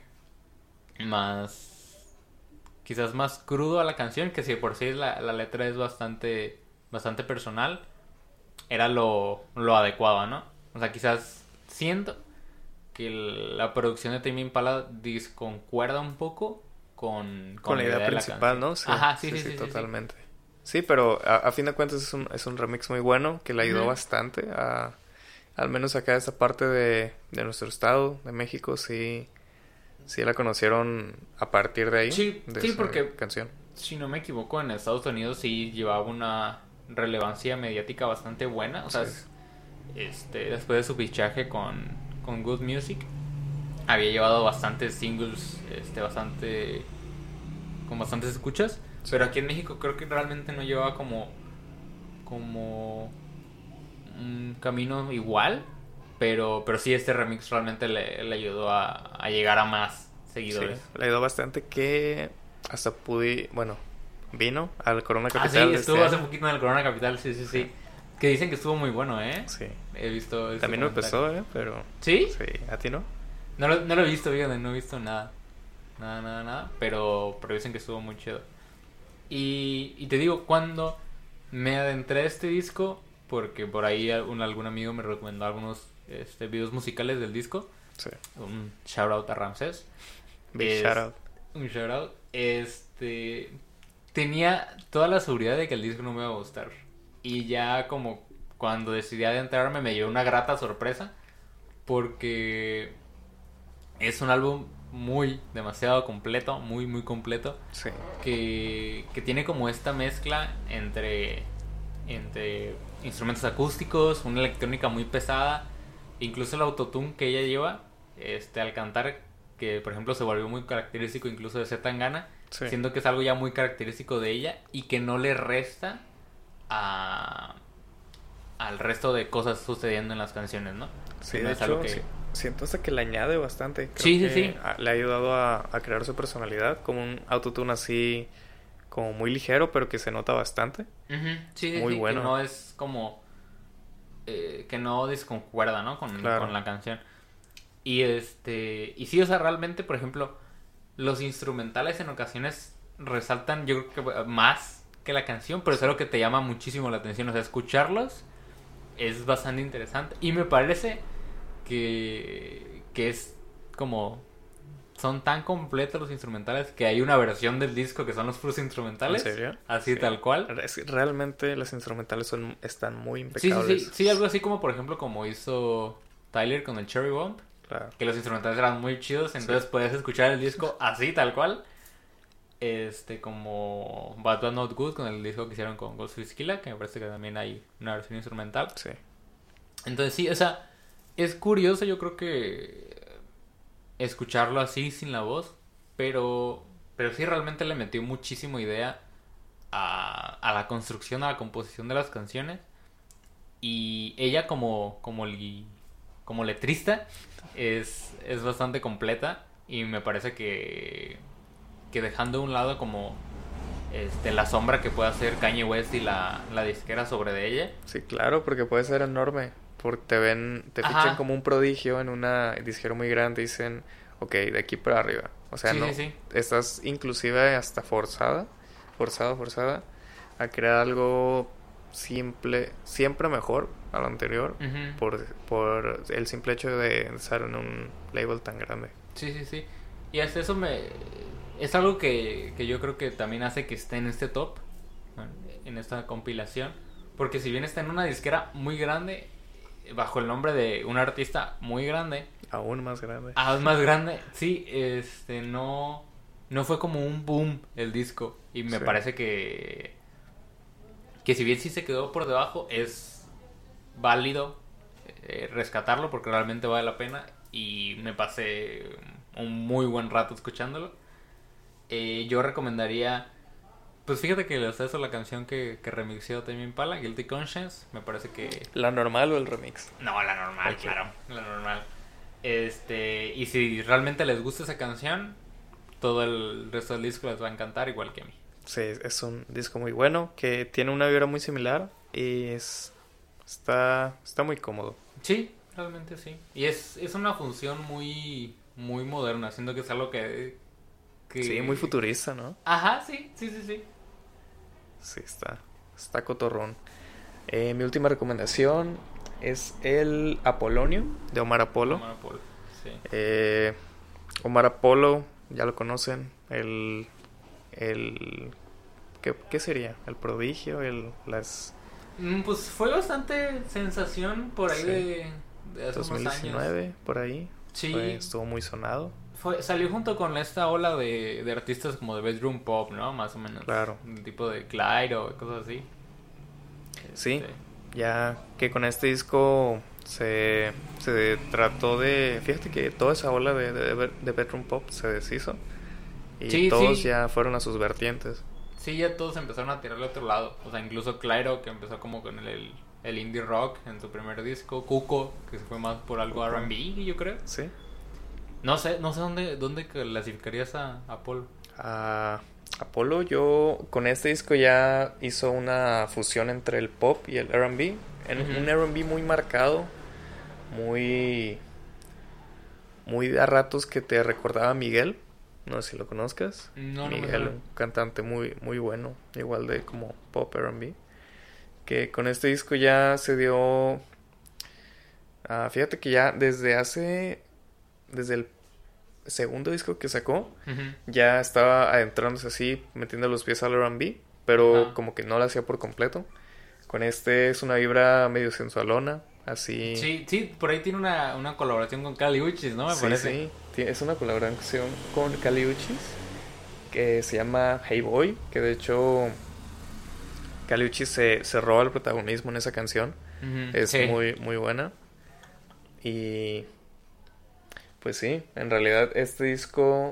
A: más, quizás más crudo a la canción, que si de por sí la letra es bastante personal, era lo adecuado, ¿no? O sea, quizás siento que la producción de Tame Impala disconcuerda un poco con
B: la idea principal, ¿no?
A: Sí, ajá, sí,
B: totalmente. Sí, pero a fin de cuentas es un remix muy bueno que le ayudó bastante al menos acá esa parte de nuestro estado, de México, sí la conocieron a partir de ahí.
A: Sí, porque
B: canción.
A: Si no me equivoco, en Estados Unidos sí llevaba una relevancia mediática bastante buena. O sea, después de su fichaje con Good Music, había llevado bastantes singles, con bastantes escuchas. Sí. Pero aquí en México creo que realmente no llevaba como un camino igual. Pero sí, este remix realmente le ayudó a llegar a más seguidores.
B: Sí, le ayudó bastante, que hasta vino al Corona Capital.
A: Sí, estuvo hace poquito en el Corona Capital, sí. Que dicen que estuvo muy bueno, ¿eh?
B: Sí.
A: He visto...
B: También me empezó, pero...
A: ¿Sí?
B: Sí, ¿a ti no?
A: No lo he visto, fíjate, no he visto nada. Nada. Pero dicen que estuvo muy chido. Y te digo, cuando me adentré a este disco, porque por ahí algún amigo me recomendó algunos videos musicales del disco.
B: Sí.
A: Un shout out a Ramsés.
B: Big shout out.
A: Un shout out. Tenía toda la seguridad de que el disco no me iba a gustar. Y ya como cuando decidí adentrarme me llevé una grata sorpresa. Porque es un álbum demasiado completo, muy completo.
B: Sí.
A: Que tiene como esta mezcla entre instrumentos acústicos, una electrónica muy pesada, incluso el autotune que ella lleva al cantar, que por ejemplo se volvió muy característico incluso de C. Tangana. Sí. Siento que es algo ya muy característico de ella y que no le resta al resto de cosas sucediendo en las canciones, ¿no?
B: Sí, de hecho, sí. Siento hasta que le añade bastante.
A: Creo que
B: le ha ayudado a crear su personalidad, como un autotune así, como muy ligero, pero que se nota bastante.
A: Uh-huh. Sí,
B: muy bueno.
A: Que no es como... que no desconcuerda, ¿no? Con la canción. Y sí, o sea, realmente, por ejemplo, los instrumentales en ocasiones resaltan, yo creo que más que la canción, pero es algo que te llama muchísimo la atención. O sea, escucharlos es bastante interesante. Y me parece que es como... Son tan completos los instrumentales que hay una versión del disco que son los puros instrumentales.
B: ¿En serio?
A: Así
B: Sí.
A: tal cual.
B: Realmente los instrumentales están muy impecables.
A: Sí, algo así como por ejemplo como hizo Tyler con el Cherry Bomb.
B: Claro.
A: Que los instrumentales eran muy chidos, entonces puedes escuchar el disco así tal cual. Como Bad Bad Not Good con el disco que hicieron con Ghostface Killah, que me parece que también hay una versión instrumental.
B: Sí.
A: Entonces sí, o sea, es curioso, yo creo que escucharlo así sin la voz, pero sí realmente le metió muchísimo idea a la construcción, a la composición de las canciones. Y ella como letrista es bastante completa y me parece que dejando a un lado como la sombra que puede hacer Kanye West y la disquera sobre de ella.
B: Sí, claro, porque puede ser enorme. Porque te fichan como un prodigio en una disquera muy grande y dicen, ok, de aquí para arriba. O sea,
A: Sí.
B: estás inclusive hasta forzada a crear algo simple, siempre mejor a lo anterior, por el simple hecho de estar en un label tan grande.
A: Sí. Y hasta eso es algo que yo creo que también hace que esté en este top, en esta compilación. Porque si bien está en una disquera muy grande, bajo el nombre de un artista muy grande,
B: aún más grande,
A: sí, no fue como un boom el disco. Y me parece que si bien sí se quedó por debajo, es válido rescatarlo porque realmente vale la pena. Y me pasé un muy buen rato escuchándolo. Yo recomendaría, pues fíjate que les hizo la canción que remixió Tame Impala, Guilty Conscience. Me parece que...
B: ¿La normal o el remix?
A: No, la normal, okay. Claro, la normal. Y si realmente les gusta esa canción, todo el resto del disco les va a encantar, igual que a mí.
B: Sí, es un disco muy bueno, que tiene una vibra muy similar y está muy cómodo.
A: Sí, realmente sí. Y es una función muy moderna, siento que es algo que...
B: Sí, muy futurista, ¿no?
A: Ajá, sí.
B: Sí, está cotorrón. Mi última recomendación es el Apolonio de Omar Apollo.
A: Omar Apollo, sí.
B: Omar Apollo, ya lo conocen, ¿qué sería? ¿El prodigio?
A: Pues fue bastante sensación por ahí, sí. de hace
B: 2019,
A: unos años.
B: Por ahí.
A: Sí.
B: Estuvo muy sonado.
A: Salió junto con esta ola de artistas como de bedroom pop, ¿no? Más o menos.
B: Claro.
A: Tipo de Clyde o cosas así.
B: Sí, ya que con este disco se trató de... Fíjate que toda esa ola de bedroom pop se deshizo. Y todos ya fueron a sus vertientes.
A: Sí, ya todos empezaron a tirarle a otro lado. O sea, incluso Clyde, que empezó como con el indie rock en su primer disco. Cuco, que se fue más por algo R&B, yo creo.
B: Sí.
A: No sé dónde clasificarías a Apollo.
B: Apollo, yo con este disco ya hizo una fusión entre el pop y el R&B. Un R&B muy marcado, muy a ratos que te recordaba a Miguel. No sé si lo conozcas.
A: No,
B: Miguel, un cantante muy bueno, igual de como pop R&B. Que con este disco ya se dio... fíjate que ya desde el segundo disco que sacó, ya estaba adentrándose así, metiendo los pies al R&B, pero como que no lo hacía por completo. Con este es una vibra medio sensualona, así...
A: Sí, por ahí tiene una colaboración con Kali Uchis, ¿no? Me parece.
B: Sí, es una colaboración con Kali Uchis, que se llama Hey Boy, que de hecho Kali Uchis se roba el protagonismo en esa canción. Es muy buena. Y... pues sí, en realidad este disco,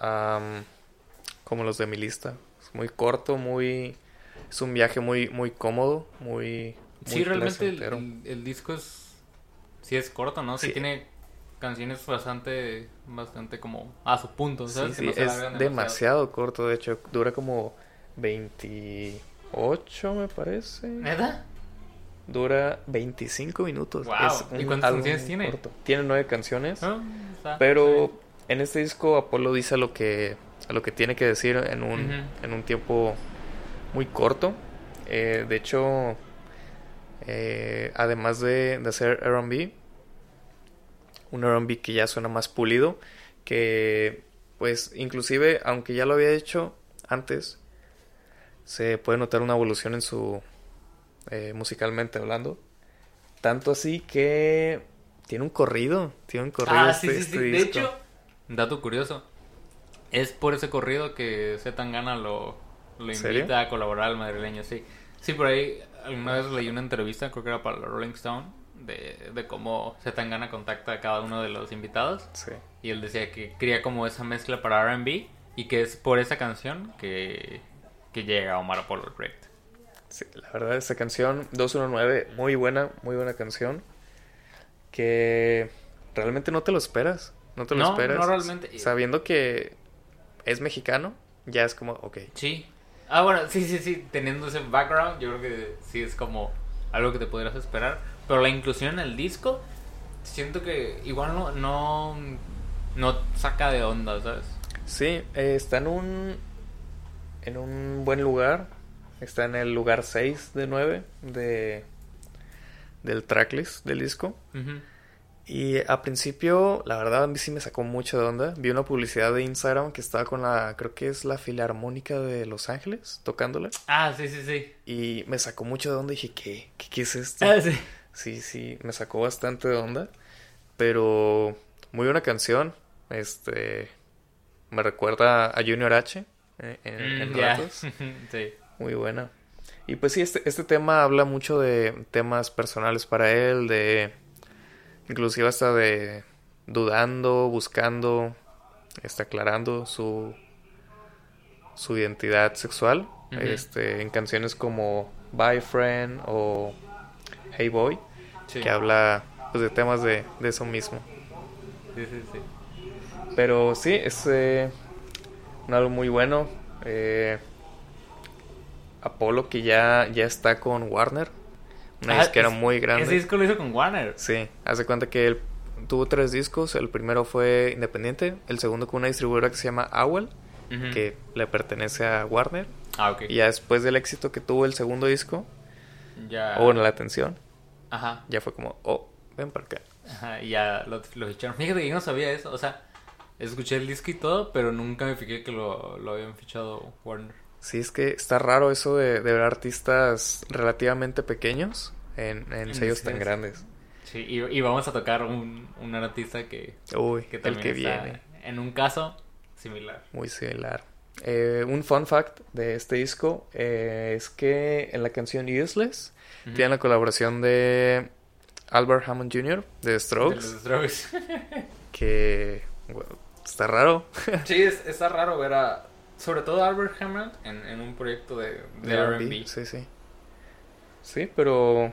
B: como los de mi lista, es muy corto, es un viaje muy cómodo, muy
A: sí, realmente el disco sí es corto, ¿no? Sí tiene canciones bastante como a su punto, ¿sabes?
B: Sí, es demasiado corto, de hecho, dura como 28, me parece.
A: ¿Neta?
B: dura 25 minutos.
A: Wow.
B: Es
A: ¿Y
B: un
A: cuántas
B: álbum
A: canciones tiene?
B: corto. Tiene 9 canciones.
A: Está
B: Pero
A: bien.
B: en este disco Apolo dice lo que tiene que decir en un tiempo muy corto. De hecho, además de hacer R&B, un R&B que ya suena más pulido, que pues inclusive, aunque ya lo había hecho antes, se puede notar una evolución en su musicalmente hablando. Tanto así que tiene un corrido
A: Sí.
B: este
A: De
B: disco.
A: hecho, dato curioso, es por ese corrido que C. Tangana lo
B: ¿Serio?
A: invita a colaborar al madrileño, sí. Sí, por ahí alguna vez leí una entrevista, creo que era para la Rolling Stone, de cómo C. Tangana contacta a cada uno de los invitados.
B: Sí.
A: Y él decía que quería como esa mezcla para R&B y que es por esa canción que llega Omar Apollo al proyecto.
B: Sí, la verdad, esta canción 219, muy buena canción. Que realmente no te lo esperas. No te lo esperas.
A: No realmente.
B: Sabiendo que es mexicano, ya es como, ok.
A: Sí. Ah, bueno, sí. Teniendo ese background, yo creo que sí es como algo que te podrías esperar. Pero la inclusión en el disco, siento que igual no saca de onda, ¿sabes?
B: Sí, está en un buen lugar. Está en el lugar 6 de 9 del tracklist del disco.
A: Uh-huh.
B: Y a principio, la verdad, a mí sí me sacó mucho de onda. Vi una publicidad de Instagram que estaba con creo que es la Filarmónica de Los Ángeles, tocándola.
A: Ah, sí.
B: Y me sacó mucho de onda y dije, ¿qué es esto?
A: Ah, sí.
B: Sí, me sacó bastante de onda. Pero muy buena canción. Me recuerda a Junior H en ratos.
A: Sí.
B: Muy buena. Y pues sí, este tema habla mucho de temas personales para él, inclusive hasta de dudando, buscando, aclarando su identidad sexual.
A: Uh-huh.
B: En canciones como Bye Friend o Hey Boy,
A: Sí.
B: que habla pues de temas de eso mismo.
A: Sí.
B: Pero sí, es un álbum muy bueno. Apolo, que ya está con Warner, una disquera muy grande.
A: Ese disco lo hizo con Warner.
B: Sí, hace cuenta que él tuvo 3 discos. El primero fue independiente, el segundo con una distribuidora que se llama Owl,
A: Uh-huh.
B: que le pertenece a Warner.
A: Ah, ok.
B: Y ya después del éxito que tuvo el segundo disco,
A: Ya.
B: o bueno, la atención,
A: Ajá.
B: ya fue como, ven para acá.
A: Ajá, y ya lo ficharon. Fíjate que yo no sabía eso. O sea, escuché el disco y todo, pero nunca me fijé que lo habían fichado Warner.
B: Sí, es que está raro eso de ver artistas relativamente pequeños en sellos tan grandes.
A: Sí, y vamos a tocar un artista que
B: El
A: también
B: que
A: está
B: viene.
A: en un caso similar.
B: Muy similar. Un fun fact de este disco es que en la canción Useless
A: Uh-huh.
B: tiene la colaboración de Albert Hammond Jr. de The Strokes.
A: De los Strokes.
B: Que bueno, está raro.
A: Sí, está raro ver sobre todo a Albert Hammond en un proyecto de R&B.
B: Sí. Sí, pero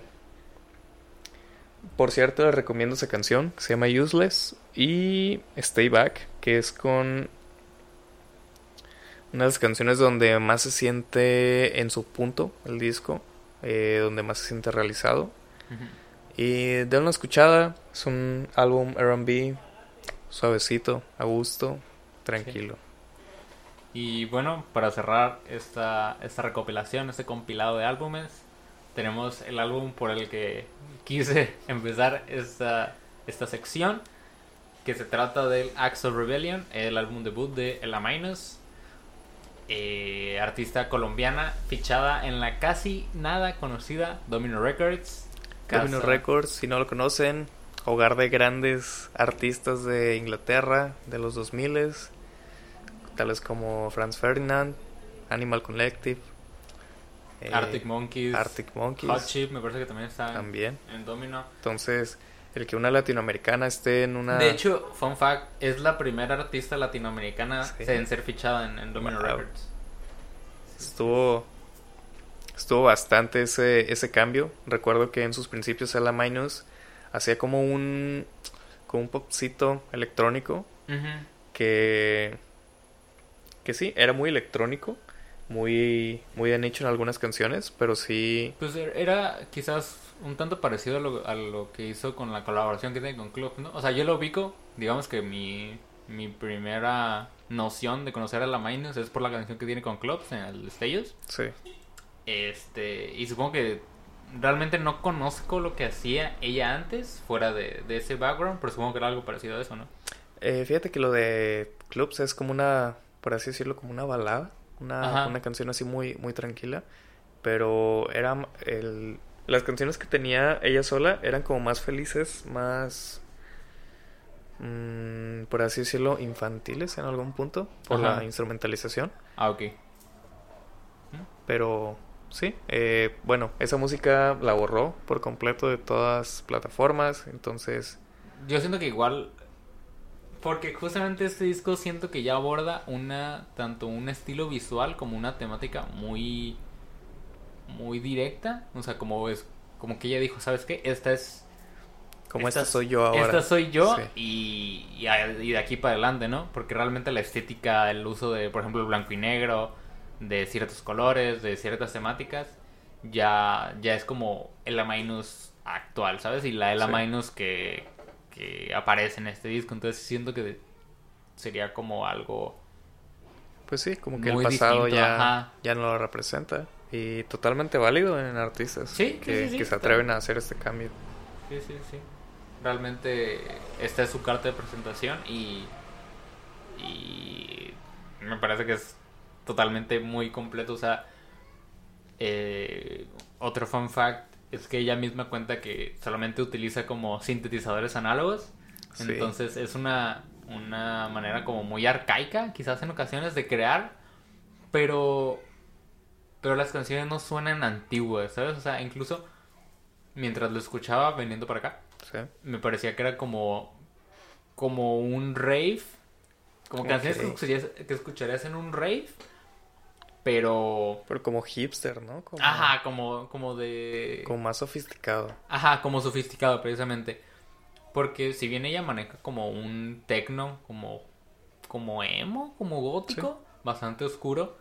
B: por cierto, les recomiendo esa canción que se llama Useless y Stay Back, que es con una de las canciones donde más se siente en su punto el disco, donde más se siente realizado.
A: Uh-huh.
B: Y de una escuchada, es un álbum R&B suavecito, a gusto, tranquilo.
A: Y bueno, para cerrar esta recopilación, este compilado de álbumes, tenemos el álbum por el que quise empezar esta sección, que se trata del Acts of Rebellion, el álbum debut de Ella Minus, artista colombiana fichada en la casi nada conocida Domino Records.
B: Domino Records, si no lo conocen, hogar de grandes artistas de Inglaterra de los 2000, tales como Franz Ferdinand, Animal Collective,
A: Arctic Monkeys, Hot Chip, me parece que también está en Domino.
B: Entonces, el que una latinoamericana esté en una...
A: De hecho, fun fact, es la primera artista latinoamericana en ser fichada en Domino Records.
B: Estuvo bastante ese cambio. Recuerdo que en sus principios Ella Minus hacía como un popcito electrónico.
A: Uh-huh.
B: Que sí, era muy electrónico, muy de nicho en algunas canciones, pero sí...
A: Pues era quizás un tanto parecido a lo que hizo con la colaboración que tiene con Club, ¿no? O sea, yo lo ubico, digamos que mi primera noción de conocer a la Minus es por la canción que tiene con Clubs en el Destellos.
B: Sí.
A: Y supongo que realmente no conozco lo que hacía ella antes, fuera de ese background, pero supongo que era algo parecido a eso, ¿no?
B: Fíjate que lo de Clubs es como una, por así decirlo, como una balada. Una canción así muy tranquila. Pero las canciones que tenía ella sola eran como más felices, más... por así decirlo, infantiles en algún punto. Por la instrumentalización.
A: Ah, ok.
B: Pero sí, bueno, esa música la borró por completo de todas plataformas. Entonces...
A: Yo siento que igual... Porque justamente este disco siento que ya aborda tanto un estilo visual como una temática muy directa. O sea, como que ella dijo, ¿sabes qué? Esta
B: soy yo ahora.
A: Esta soy yo,
B: sí.
A: y de aquí para adelante, ¿no? Porque realmente la estética, el uso de, por ejemplo, el blanco y negro, de ciertos colores, de ciertas temáticas, ya es como el A Minus actual, ¿sabes? Y la A Minus que aparece en este disco. Entonces siento que sería como algo...
B: Pues sí, como que el pasado ya no lo representa. Y totalmente válido en artistas que se atreven a hacer este cambio.
A: Sí. Realmente esta es su carta de presentación y me parece que es totalmente muy completo. O sea, otro fun fact es que ella misma cuenta que solamente utiliza como sintetizadores análogos. Sí. Entonces es una manera como muy arcaica, quizás en ocasiones, de crear. Pero las canciones no suenan antiguas, ¿sabes? O sea, incluso mientras lo escuchaba veniendo para acá, me parecía que era como un rave. Como canciones que escucharías en un rave. Pero
B: como hipster, ¿no?
A: Como de...
B: Como más sofisticado.
A: Como sofisticado, precisamente. Porque si bien ella maneja como un techno, como emo, como gótico, bastante oscuro,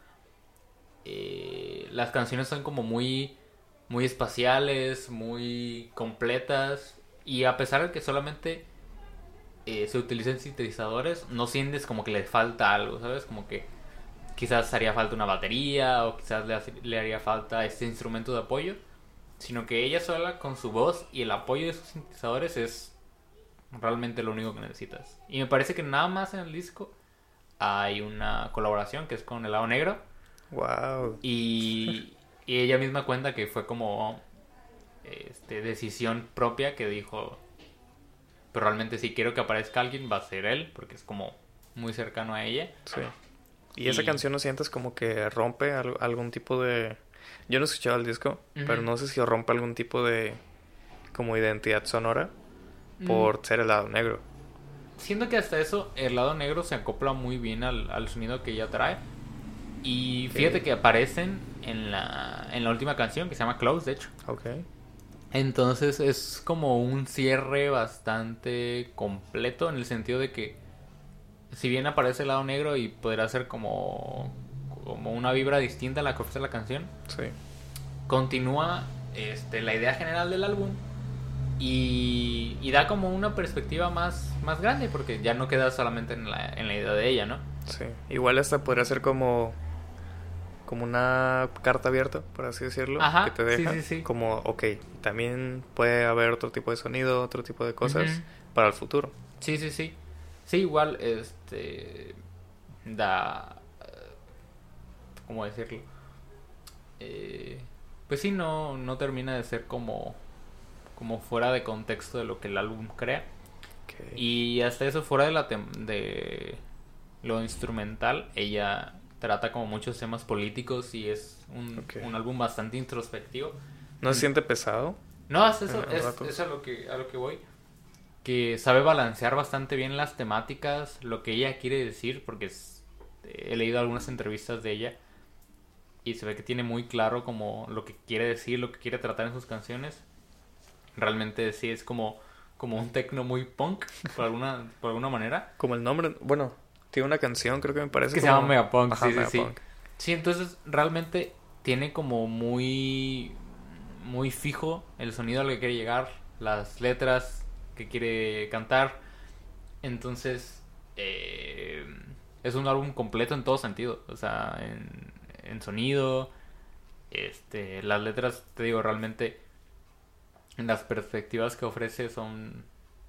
A: las canciones son como muy espaciales, muy completas. Y a pesar de que solamente se utilizan sintetizadores, no sientes como que le falta algo, ¿sabes? Como que quizás haría falta una batería o quizás le haría falta este instrumento de apoyo, sino que ella sola con su voz y el apoyo de sus sintetizadores es realmente lo único que necesitas. Y me parece que nada más en el disco hay una colaboración que es con El Lado Negro.
B: Wow.
A: Y ella misma cuenta que fue como decisión propia, que dijo, pero realmente si quiero que aparezca alguien va a ser él, porque es como muy cercano a ella.
B: Sí. ¿Y esa canción no sientes como que rompe algún tipo de... Yo no he escuchado el disco, pero no sé si rompe algún tipo de como identidad sonora por ser El Lado Negro?
A: Siento que hasta eso El Lado Negro se acopla muy bien al sonido que ella trae. Y fíjate que aparecen en la última canción, que se llama Close, de hecho.
B: Ok.
A: Entonces es como un cierre bastante completo, en el sentido de que si bien aparece El Lado Negro y podrá ser como una vibra distinta a la que ofrece la canción,
B: sí,
A: continúa la idea general del álbum y da como una perspectiva más grande, porque ya no queda solamente en la idea de ella, ¿no?
B: Sí, igual hasta podría ser como una carta abierta, por así decirlo.
A: Ajá,
B: que te deja
A: sí.
B: Como, ok, también puede haber otro tipo de sonido, otro tipo de cosas para el futuro.
A: Sí. Sí, igual, da... ¿cómo decirlo? Pues sí, no termina de ser como fuera de contexto de lo que el álbum crea.
B: Okay.
A: Y hasta eso, fuera de lo instrumental, ella trata como muchos temas políticos y es un álbum bastante introspectivo.
B: ¿No se siente pesado?
A: No, es a lo que voy. Que sabe balancear bastante bien las temáticas, lo que ella quiere decir, porque he leído algunas entrevistas de ella y se ve que tiene muy claro como lo que quiere decir, lo que quiere tratar en sus canciones. Realmente sí es como un techno muy punk, por alguna manera.
B: Como el nombre, bueno, tiene una canción, creo que me parece.
A: Que se llama Megapunk, sí. Sí, entonces realmente tiene como muy fijo el sonido al que quiere llegar, las letras que quiere cantar. Entonces, es un álbum completo en todo sentido. O sea, en sonido, las letras, te digo, realmente las perspectivas que ofrece son...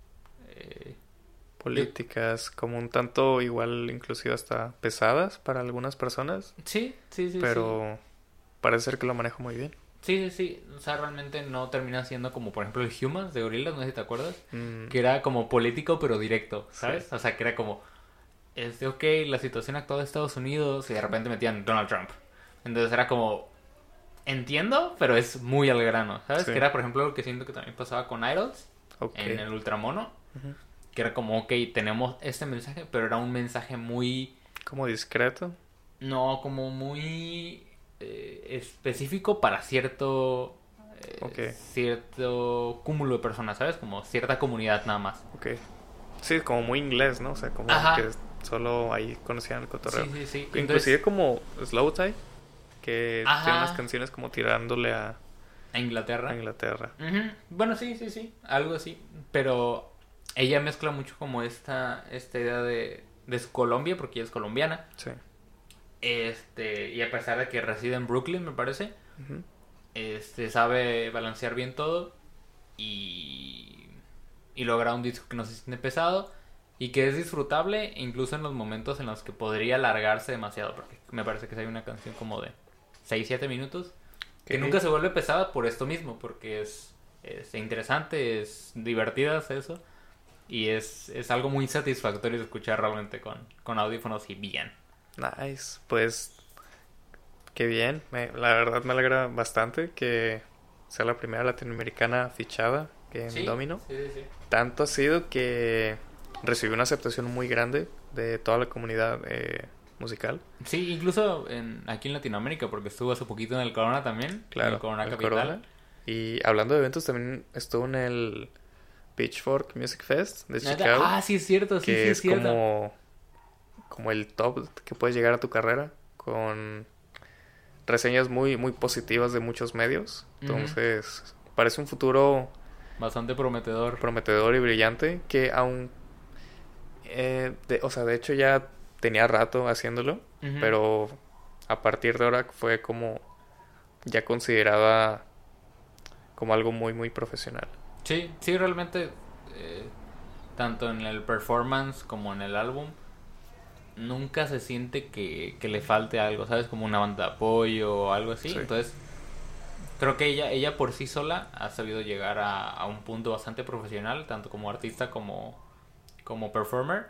B: políticas, como un tanto igual, inclusive hasta pesadas para algunas personas.
A: Sí.
B: Pero parece ser que lo manejo muy bien.
A: Sí. O sea, realmente no termina siendo como, por ejemplo, el Humans de Gorillaz, no sé si te acuerdas. Que era como político, pero directo, ¿sabes? Sí. O sea, que era como... ok, la situación actual de Estados Unidos, y de repente metían Donald Trump. Entonces era como... Entiendo, pero es muy al grano, ¿sabes? Sí. Que era, por ejemplo, lo que siento que también pasaba con Idols. En el Ultramono. Uh-huh. Que era como, ok, tenemos este mensaje, pero era un mensaje muy...
B: ¿Como discreto?
A: No, como muy específico para cierto... cierto cúmulo de personas, ¿sabes? Como cierta comunidad nada más.
B: Ok. Sí, como muy inglés, ¿no? O sea, como que solo ahí conocían el cotorreo.
A: Sí.
B: Inclusive entonces, como Slow Tie, que tiene unas canciones como tirándole a
A: Inglaterra.
B: Uh-huh.
A: Bueno, sí, algo así. Pero ella mezcla mucho como esta idea de su Colombia, porque ella es colombiana.
B: Sí.
A: Y a pesar de que reside en Brooklyn, me parece,
B: uh-huh.
A: Sabe balancear bien todo y logra un disco que no se siente pesado y que es disfrutable incluso en los momentos en los que podría alargarse demasiado, porque me parece que hay una canción como de 6-7 minutos que nunca se vuelve pesada por esto mismo, porque es interesante, es divertida, es eso, y es algo muy satisfactorio de escuchar realmente con audífonos y bien.
B: Nice, pues qué bien, la verdad me alegra bastante que sea la primera latinoamericana fichada en Domino.
A: Sí.
B: Tanto ha sido que recibió una aceptación muy grande de toda la comunidad musical.
A: Sí, incluso aquí en Latinoamérica, porque estuvo hace poquito en el Corona también.
B: Claro,
A: en el Corona Capital.
B: Corona. Y hablando de eventos, también estuvo en el Pitchfork Music Fest de Chicago.
A: Ah, sí, es cierto, sí,
B: que
A: es cierto.
B: Como el top que puedes llegar a tu carrera, con reseñas muy, muy positivas de muchos medios. Entonces, parece un futuro
A: bastante prometedor.
B: Prometedor y brillante, que aún... de hecho ya tenía rato haciéndolo, pero a partir de ahora fue como ya considerada como algo muy, muy profesional.
A: Sí, realmente, tanto en el performance como en el álbum, nunca se siente que le falte algo, ¿sabes? Como una banda de apoyo o algo así. Sí. Entonces, creo que ella por sí sola ha sabido llegar a un punto bastante profesional, tanto como artista como performer.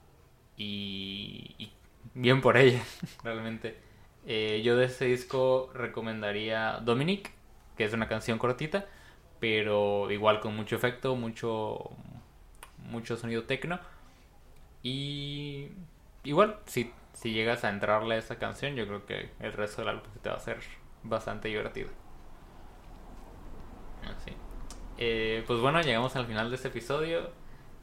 A: Y bien por ella, realmente. Yo de ese disco recomendaría Dominic, que es una canción cortita, pero igual con mucho efecto, mucho sonido techno. Y igual, si llegas a entrarle a esa canción, yo creo que el resto del álbum te va a ser bastante divertido. Así. Pues bueno, llegamos al final de este episodio.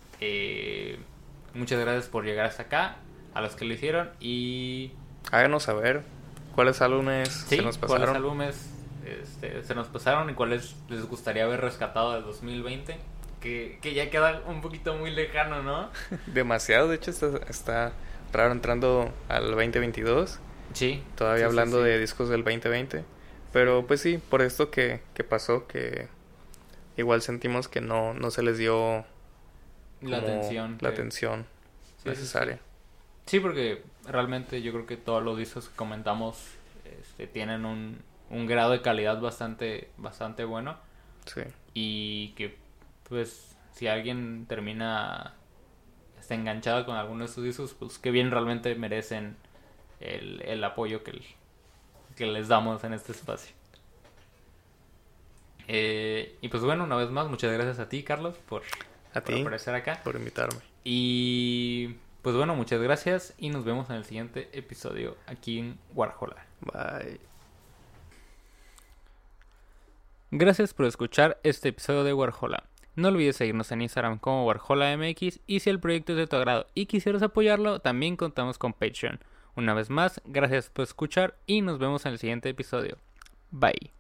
A: Muchas gracias por llegar hasta acá, a los que lo hicieron, y
B: háganos saber cuáles álbumes se nos pasaron.
A: Cuáles álbumes se nos pasaron y cuáles les gustaría haber rescatado del 2020, que ya queda un poquito muy lejano, ¿no?
B: Demasiado, de hecho está raro entrando al 2022.
A: Sí.
B: Todavía hablando de discos del 2020. Pero pues sí, por esto que pasó, que igual sentimos que no se les dio
A: la
B: atención necesaria.
A: Sí, porque realmente yo creo que todos los discos que comentamos tienen un grado de calidad bastante bueno.
B: Sí.
A: Y que pues si alguien está enganchado con alguno de sus discos, pues que bien realmente merecen el apoyo que les damos en este espacio. Y pues bueno, una vez más, muchas gracias a ti, Carlos, por aparecer acá,
B: por invitarme.
A: Y pues bueno, muchas gracias y nos vemos en el siguiente episodio aquí en Warhola.
B: Bye.
A: Gracias por escuchar este episodio de Warhola. No olvides seguirnos en Instagram como WarholaMX, y si el proyecto es de tu agrado y quisieras apoyarlo, también contamos con Patreon. Una vez más, gracias por escuchar y nos vemos en el siguiente episodio. Bye.